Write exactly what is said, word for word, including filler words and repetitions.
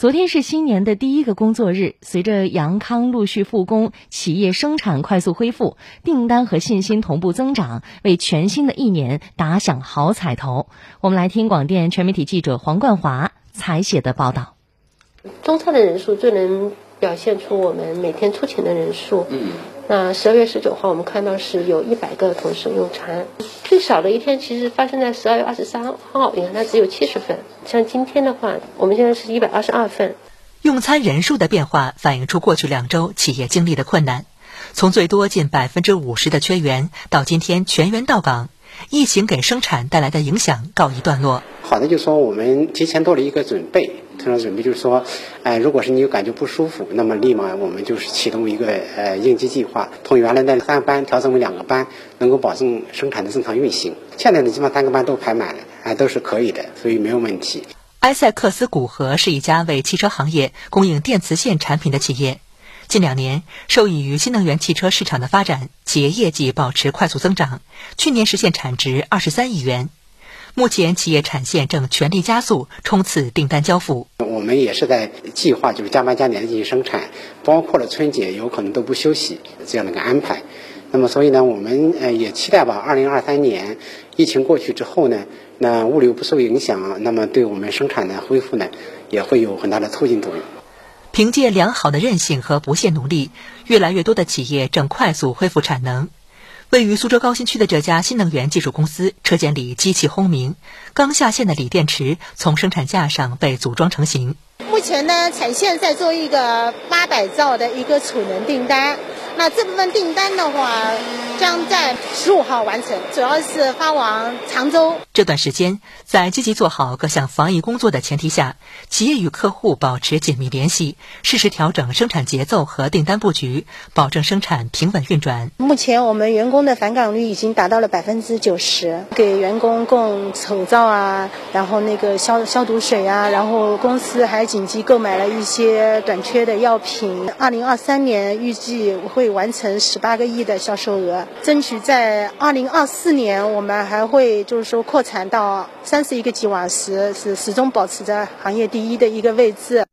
昨天是新年的第一个工作日，随着阳康陆续复工，企业生产快速恢复，订单和信心同步增长，为全新的一年打响好彩头。我们来听广电全媒体记者黄冠华采写的报道。 中餐的人数最能表现出我们每天出勤的人数。嗯，那十二月十九号我们看到是有一百个同事用餐，最少的一天其实发生在十二月二十三号，你看它只有七十份。像今天的话，我们现在是一百二十二份。 用餐人数的变化反映出过去两周企业经历的困难，从最多近百分之五十的缺员到今天全员到岗，疫情给生产带来的影响告一段落。 好的就是说我们提前做了一个准备，通常准备就是说，呃，如果是你有感觉不舒服，那么立马我们就是启动一个呃应急计划，从原来的三个班调整为两个班，能够保证生产的正常运行。现在呢，基本上三个班都排满了，啊、呃，都是可以的，所以没有问题。 埃塞克斯古河是一家为汽车行业供应电磁线产品的企业。近两年，受益于新能源汽车市场的发展，企业业绩保持快速增长，去年实现产值二十三亿元。目前，企业产线正全力加速冲刺订单交付。 我们也是在计划，就是加班加点的进行生产，包括了春节有可能都不休息这样的一个安排。那么，所以呢，我们呃也期待吧，二零二三年疫情过去之后呢，那物流不受影响，那么对我们生产的恢复呢，也会有很大的促进作用。 凭借良好的韧性和不懈努力，越来越多的企业正快速恢复产能。位于苏州高新区的这家新能源技术公司，车间里机器轰鸣，刚下线的锂电池从生产架上被组装成型。 目前呢，产线在做一个八百兆的一个储能订单，那这部分订单的话，将在十五号完成，主要是发往常州。 这段时间，在积极做好各项防疫工作的前提下，企业与客户保持紧密联系，适时调整生产节奏和订单布局，保证生产平稳运转。 目前我们员工的返岗率已经达到了百分之九十，给员工供口罩啊，然后那个消消毒水啊，然后公司还紧急购买了一些短缺的药品。二零二三年预计会完成十八个亿的销售额，争取在二零二四年我们还会就是说扩产到三十一个吉瓦时，是始终保持着行业第一的一个位置。